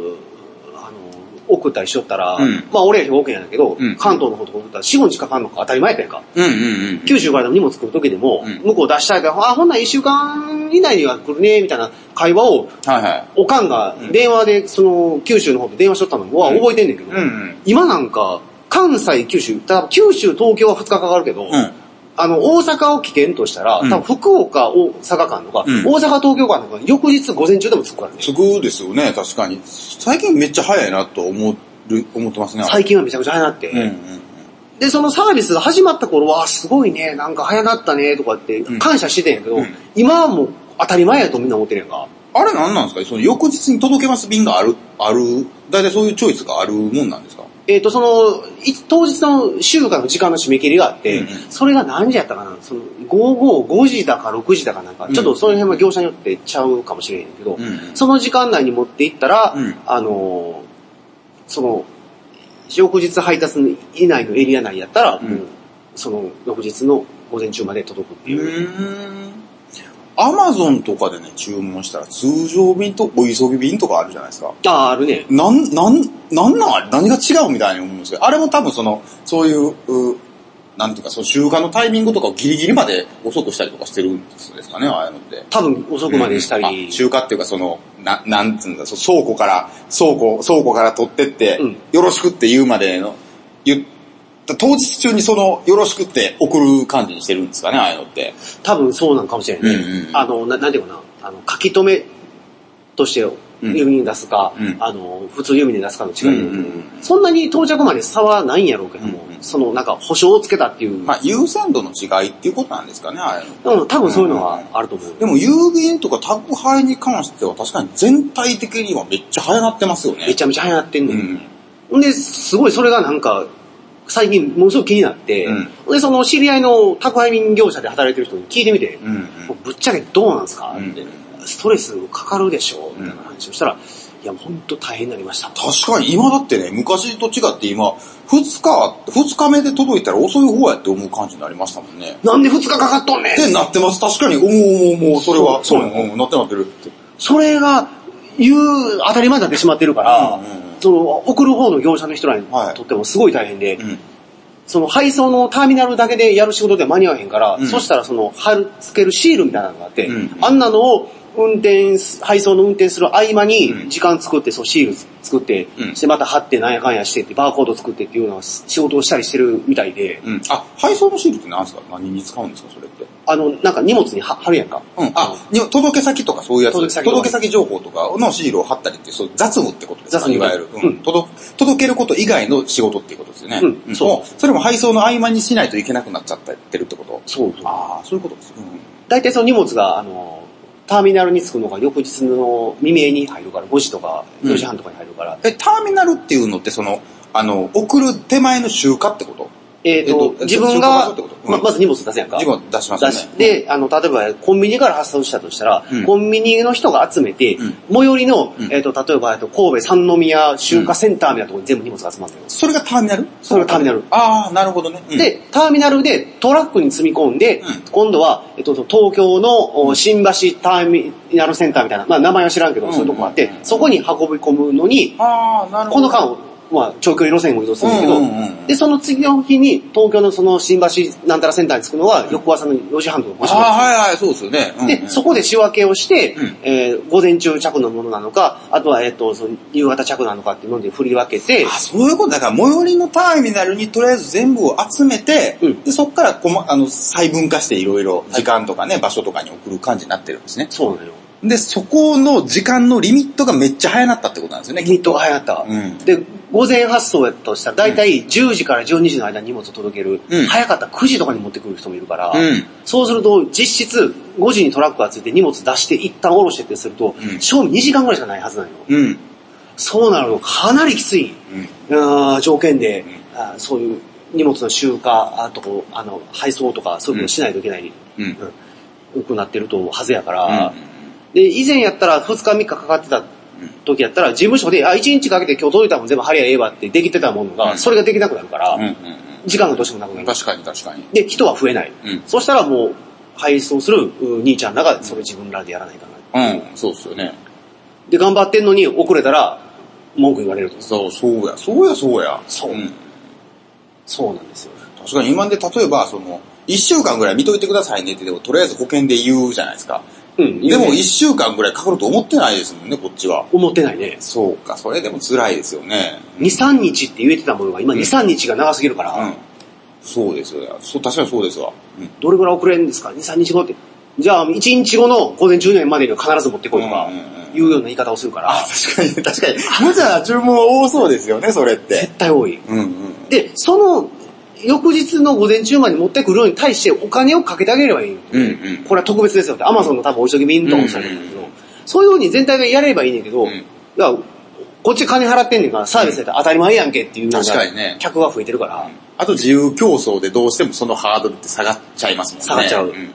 Speaker 1: 送ったりしよったら、まあ俺は兵庫県やだけど、関東の方とか送ったら4、5日かかるのか当たり前やったやんか。九州からでも荷物来る時でも、向こう出したいから、ほんなら1週間以内には来るね、みたいな会話を、おかんが電話で、九州の方で電話しとったのは覚えてんねんけど、今なんか、関西、九州、九州、東京は2日かかるけど、大阪を起点としたら、多分福岡、大阪間とか、大阪、東京間とか、翌日午前中でも着くからね。
Speaker 2: 着くですよね、確かに。最近めっちゃ早いなと思ってますね。
Speaker 1: 最近はめちゃくちゃ早なって。で、そのサービスが始まった頃は、すごいね、なんか早なったね、とかって感謝してたんやけど、今はもう当たり前やとみんな思ってるやんか。
Speaker 2: あれなんですか？その翌日に届けます便がある、だいたいそういうチョイスがあるもんなんですか？
Speaker 1: 当日の週間の時間の締め切りがあって、それが何時やったかな、5時だか6時だかなんか、ちょっとその辺は業者によってちゃうかもしれへんけど、その時間内に持って行ったら、翌日配達以内のエリア内やったら、その翌日の午前中まで届くっていう。
Speaker 2: アマゾンとかでね、注文したら通常便とお急ぎ便とかあるじゃないですか。
Speaker 1: あるね。
Speaker 2: 何が違うみたいに思うんですけど、あれも多分そういう、なんていうか、その集荷のタイミングとかをギリギリまで遅くしたりとかしてるんですかね、ああいうのって。
Speaker 1: 多分遅くまでしたり。
Speaker 2: 集荷っていうか、なんつうんだ、倉庫から取ってって、よろしくって言うまでの、当日中によろしくって送る感じにしてるんですかね、ああいうのって。
Speaker 1: 多分そうなんかもしれないね。なんていうかな、書き留めとして郵便に出すか、普通郵便で出すかの違いで、そんなに到着まで差はないんやろうけども、なんか保証をつけたっていう。
Speaker 2: まあ、優先度の違いっていうことなんですかね、ああいうの。
Speaker 1: 多分そういうのはあると思う。
Speaker 2: でも郵便とか宅配に関しては確かに全体的にはめっちゃ早なってますよね。
Speaker 1: めちゃめちゃ早なってんねん。で、すごいそれがなんか、最近ものすごく気になって、で、その知り合いの宅配便業者で働いてる人に聞いてみて、ぶっちゃけどうなんですかって、ストレスかかるでしょみたいな話をしたら、いや、ほんと大変になりました。
Speaker 2: 確かに今だってね、昔と違って今、2日目で届いたら遅い方やって思う感じになりましたもんね。
Speaker 1: なんで2日かかっとんねん
Speaker 2: ってなってます。確かに、もう、それは、なってるって。
Speaker 1: それが、当たり前になってしまってるから、送る方の業者の人らにとってもすごい大変で、 その配送のターミナルだけでやる仕事で間に合わへんから、そしたらその貼る付けるシールみたいなのがあって、あんなのを配送の運転する合間に時間作って、そうシール作って、してまた貼ってなんやかんやしてってバーコード作ってっていうような仕事をしたりしてるみたいで。
Speaker 2: あ、配送のシールって何ですか？何に使うんですかそれって？
Speaker 1: なんか荷物に貼るやんか。
Speaker 2: 届け先とかそういうやつ。届け先情報とかのシールを貼ったりって、そう雑務ってことですか？いわゆる、届けること以外の仕事っていうことですよね。そう。それも配送の合間にしないといけなくなっちゃってるってこと？
Speaker 1: そう。
Speaker 2: ああ、そういうことです。
Speaker 1: 大体その荷物が、ターミナルに着くのが翌日の未明に入るから、5時とか4時半とかに入るから。
Speaker 2: ターミナルっていうのって送る手前の集荷ってこと？
Speaker 1: 自分が、まず荷物出すやんか。
Speaker 2: 自分出しますね。
Speaker 1: で、例えばコンビニから発送したとしたら、コンビニの人が集めて、最寄りの、例えば神戸三宮集荷センターみたいなところに全部荷物が集まるのよ。
Speaker 2: それがターミナル？
Speaker 1: それがターミナル。
Speaker 2: ああ、なるほどね。
Speaker 1: で、ターミナルでトラックに積み込んで、今度は、東京の新橋ターミナルセンターみたいな、まあ名前は知らんけど、そういうとこがあって、そこに運び込むのに、この間、長距離路線を移動するんだけど、で、その次の日に東京のその新橋なんたらセンターに着くのは翌朝の4時半とか5時半。
Speaker 2: はい、そうですよね。
Speaker 1: で、そこで仕分けをして、午前中着のものなのか、あとは、その夕方着なのかっていうので振り分けて。
Speaker 2: そういうことだから、最寄りのターミナルにとりあえず全部を集めて、で、そこから細分化していろいろ時間とかね、場所とかに送る感じになってるんですね。
Speaker 1: そうなのよ。
Speaker 2: で、そこの時間のリミットがめっちゃ早なったってことなんですよね。
Speaker 1: リミットが早なった。で、午前発送やとしたら、だいたい10時から12時の間に荷物を届ける。早かったら9時とかに持ってくる人もいるから、そうすると実質5時にトラックがついて荷物出して一旦下ろしてってすると、賞味2時間ぐらいしかないはずなのよ。そうなるとかなりきつい、条件で、そういう荷物の集荷と配送とかそういうのをしないといけない、くなってるとはずやから、で、以前やったら2日3日かかってた時やったら事務所で、1日かけて今日届いたもん全部貼りゃええわってできてたものが、それができなくなるから、時間がどうしてもなくなる。
Speaker 2: 確かに。
Speaker 1: で、人は増えない。そしたらもう、配送する兄ちゃんらがそれ自分らでやらないかな。
Speaker 2: そうっすよね。
Speaker 1: で、頑張ってんのに遅れたら、文句言われると。
Speaker 2: そうや。
Speaker 1: そうなんですよ。
Speaker 2: 確かに今で例えば、1週間ぐらい見といてくださいねってでも、とりあえず保険で言うじゃないですか。でも1週間ぐらいかかると思ってないですもんね、こっちは。
Speaker 1: 思ってないね。
Speaker 2: そうか、それでも辛いですよね。
Speaker 1: 2、3日って言えてたものが今2、3日が長すぎるから。
Speaker 2: そうですよね。確かにそうですわ。
Speaker 1: どれぐらい遅れるんですか ?2、3日後って。じゃあ1日後の午前10年までには必ず持ってこいとか、いうような言い方をするから。
Speaker 2: 確かに。無茶な注文多そうですよね、それって。
Speaker 1: 絶対多い。で、その、翌日の午前中まで持ってくるのに対してお金をかけてあげればいい。これは特別ですよって。アマゾンの多分お急ぎ便とかおっしゃるんだけど、そういう風に全体がやればいいねんけど、こっち金払ってんねんからサービスやったら当たり前やんけっていうのが客が増えてるから。
Speaker 2: あと自由競争でどうしてもそのハードルって下がっちゃいますもんね。
Speaker 1: 下がっちゃう。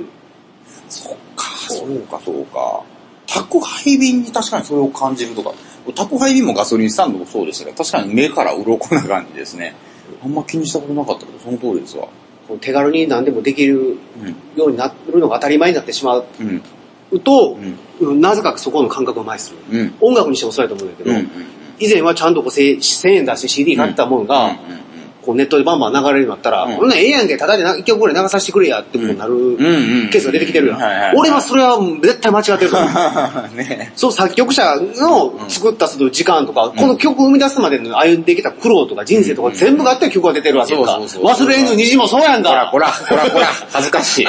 Speaker 2: そうか。宅配便に確かにそれを感じるとか、宅配便もガソリンスタンドもそうでしたけど、確かに目から鱗な感じですね。あんま気にしたことなかったけど、その通りですわ。
Speaker 1: 手軽に何でもできるようになるのが当たり前になってしまうと、なぜかそこの感覚を前にする。音楽にしてもそうやと思うんだけど、以前はちゃんと1000円出して CD 買ったものが、こうネットでバンバン流れるようになったら、こんなんええやんけ、ただで1曲ぐらい流させてくれやってことになるケースが出てきてるやん。俺はそれは絶対間違ってると思う。そう、作曲者の作ったその時間とか、この曲を生み出すまでの歩んできた苦労とか人生とか全部があって曲が出てるわけやんか。忘れぬ虹もそうやんか。
Speaker 2: ほら。恥ずかしい。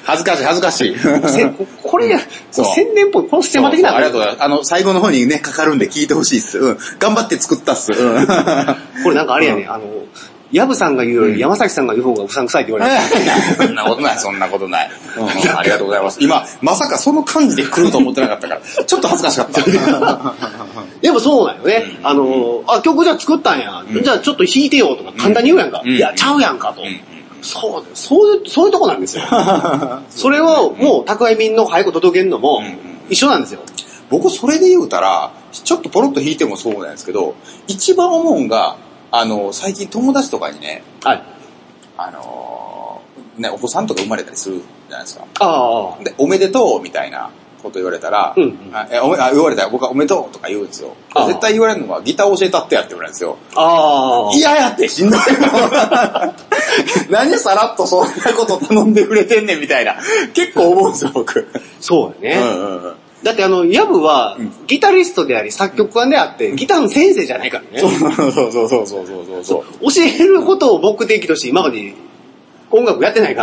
Speaker 1: これ、宣伝っぽい、このステマ的な。
Speaker 2: ありがとうございます。最後の方にね、かかるんで聞いてほしいっす。頑張って作ったっす。
Speaker 1: これなんかあれやね、ヤブさんが言うより山崎さんが言う方がうさんくさいって言われ
Speaker 2: てそんなことない。ありがとうございます。今、まさかその感じで来ると思ってなかったから、ちょっと恥ずかしかった。
Speaker 1: でもそうなんよね。曲じゃあ作ったんや。じゃあちょっと弾いてよとか簡単に言うやんか。いや、ちゃうやんかと。そういうとこなんですよ。それをもう宅配便の早く届けるのも一緒なんですよ。
Speaker 2: 僕それで言うたら、ちょっとポロッと弾いてもそうなんですけど、一番思うんが、最近友達とかにね、お子さんとか生まれたりするじゃないですか。で、おめでとうみたいな、 こと言われたら、言われたら僕はおめでとうとか言うんですよ。絶対言われるのはギター教えたってやって言われるんですよ。嫌やってしんどい何さらっとそんなこと頼んでくれてんねんみたいな。結構思うんですよ、僕。
Speaker 1: そうやね。だってヤブは、ギタリストであり作曲家であって、ギターの先生じゃないからね。
Speaker 2: そう。
Speaker 1: 教えることを目的として今まで音楽やってないから。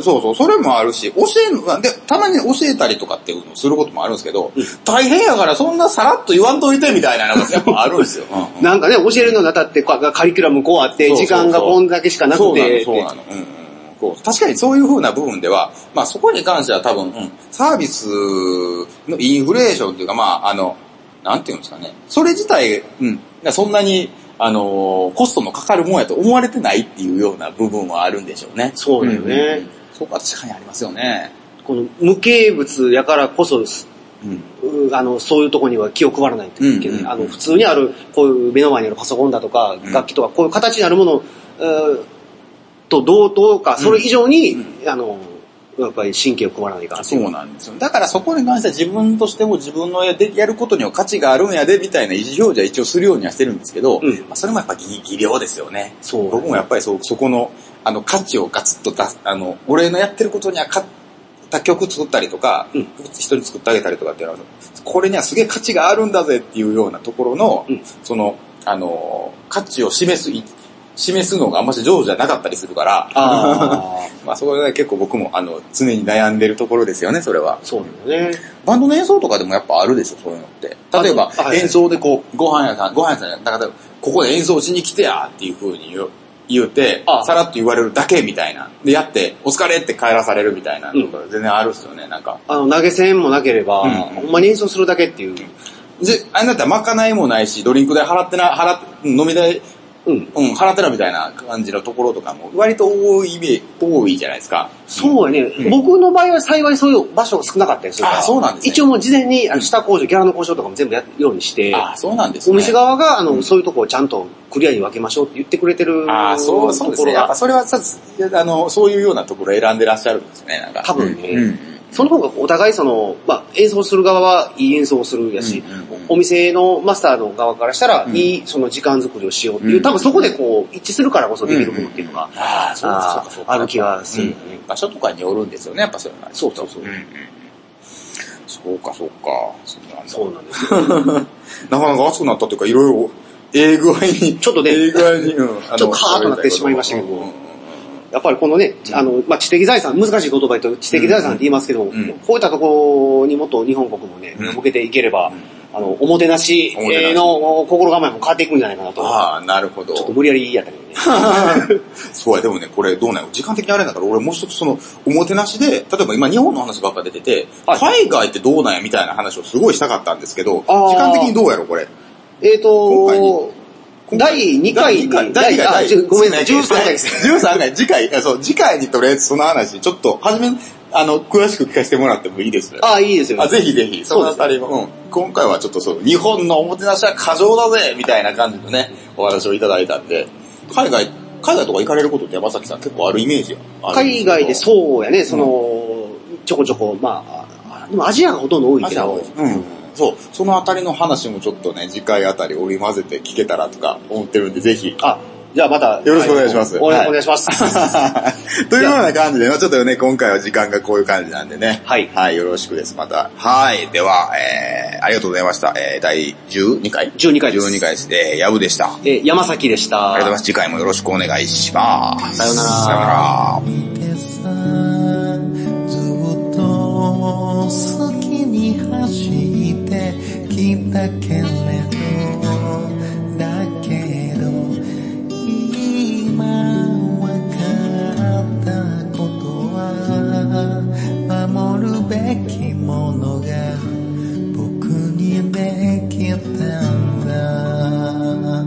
Speaker 2: そう。それもあるし、たまに教えたりとかっていうのをすることもあるんですけど、大変やからそんなさらっと言わんといてみたいなのがやっぱあるんですよ。
Speaker 1: なんかね、教えるのにあたってカリキュラムこうあって、時間がこんだけしかなくて。
Speaker 2: そうなの。確かにそういう風な部分では、まあそこに関しては多分、サービスのインフレーションっていうか、なんていうんですかね。それ自体、そんなに、コストのかかるもんやと思われてないっていうような部分はあるんでしょうね。
Speaker 1: そうだよね。
Speaker 2: そこは確かにありますよね。
Speaker 1: この無形物やからこそ、そういうとこには気を配らないといけない。普通にある、こういう目の前にあるパソコンだとか、楽器とか、こういう形にあるもの、と同等か、それ以上に、やっぱり神経を配らないから。
Speaker 2: そうなんですよ。だからそこに関しては自分としても自分のやることには価値があるんやで、みたいな意思表示は一応するようにはしてるんですけど、それもやっぱ技量ですよね。僕もやっぱりそこの、価値をガツッと俺のやってることには曲作ったりとか、人に作ってあげたりとかっていうのは、これにはすげえ価値があるんだぜっていうようなところの、価値を示すのがあんまし上手じゃなかったりするから、まあそこで結構僕も常に悩んでるところですよね、それは。
Speaker 1: そうだよね。
Speaker 2: バンドの演奏とかでもやっぱあるでしょ、そういうのって。例えば演奏でこう、ご飯屋さん、だからここで演奏しに来てやっていう風に言うて、さらっと言われるだけみたいな。で、やって、お疲れって帰らされるみたいなのが全然あるっすよね、なんか。
Speaker 1: 投げ銭もなければ、ほんまに演奏するだけっていう。
Speaker 2: あれだったらまかないもないし、ドリンク代飲み代、払ってなみたいな感じのところとかも割と多いじゃないですか。
Speaker 1: そうやね。僕の場合は幸いそういう場所が少なかったりするから。
Speaker 2: そうなんですね。
Speaker 1: 一応もう事前に下交渉、ギャラの交渉とかも全部やるようにして、
Speaker 2: そうなんですね。
Speaker 1: お店側がそういうとこをちゃんとクリアに分けましょうって言ってくれてる
Speaker 2: そうですね。やっぱそれはそういうようなところを選んでらっしゃるんですね、なんか。
Speaker 1: 多分ね。その方がお互い演奏する側はいい演奏をするやし、お店のマスターの側からしたら、いいその時間作りをしようっていう、多分そこでこう一致するからこそできるものっていうのが、ある気がするよね。
Speaker 2: 場所とかによるんですよね、やっぱそういうのは。
Speaker 1: そう。
Speaker 2: そうか。
Speaker 1: そうなんですよ。
Speaker 2: なかなか熱くなったというか、いろいろ、具合に。
Speaker 1: ちょっとね、
Speaker 2: ちょ
Speaker 1: っとカーッとなってしまいましたけど、やっぱりこのね、知的財産、難しい言葉で言うと知的財産って言いますけども、こういったところにもっと日本国もね、向けていければ、おもてなしの心構えも変わっていくんじゃないかなと。
Speaker 2: なるほど。
Speaker 1: ちょっと無理やりやったけどね。
Speaker 2: そうや、でもね、これどうなの？時間的にあれだから、俺もう一つおもてなしで、例えば今日本の話ばっか出てて、海外ってどうなんやみたいな話をすごいしたかったんですけど、時間的にどうやろ、これ。
Speaker 1: 第2回に、ごめんなさい、13回です。
Speaker 2: 13回、次回にとりあえずその話、ちょっと、詳しく聞かせてもらってもいいです
Speaker 1: いいですよ。
Speaker 2: ぜひぜひ、そのあたりも、今回はちょっと日本のおもてなしは過剰だぜみたいな感じのね、お話をいただいたんで、海外とか行かれることって山崎さん結構あるイメージが
Speaker 1: 海外でそうやね、ちょこちょこ、でもアジアがほとんど多いけど、
Speaker 2: そう、そのあたりの話もちょっとね、次回あたり織り交ぜて聞けたらとか思ってるんで、ぜひ。
Speaker 1: じゃあまた。
Speaker 2: よろしくお願いします。
Speaker 1: お願いします。
Speaker 2: というような感じで、ちょっとね、今回は時間がこういう感じなんでね。はい、よろしくです、また。では、ありがとうございました。第12回
Speaker 1: ?12 回です。
Speaker 2: 12回です。やぶでした。
Speaker 1: 山崎でした。
Speaker 2: ありがとうございます。次回もよろしくお願いします。
Speaker 1: さようなら。
Speaker 2: さようなら。
Speaker 3: 好きに走ってきたけれどだけど今わかったことは守るべきものが僕にできたんだ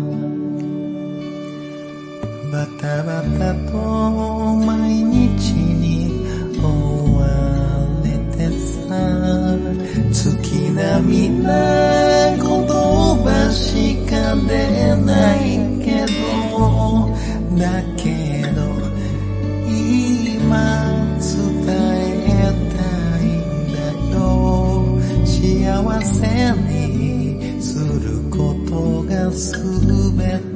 Speaker 3: バタバタと毎日に追われてさ月並みな言葉しか出ないけどだけど今伝えたいんだよ幸せにすることがすべて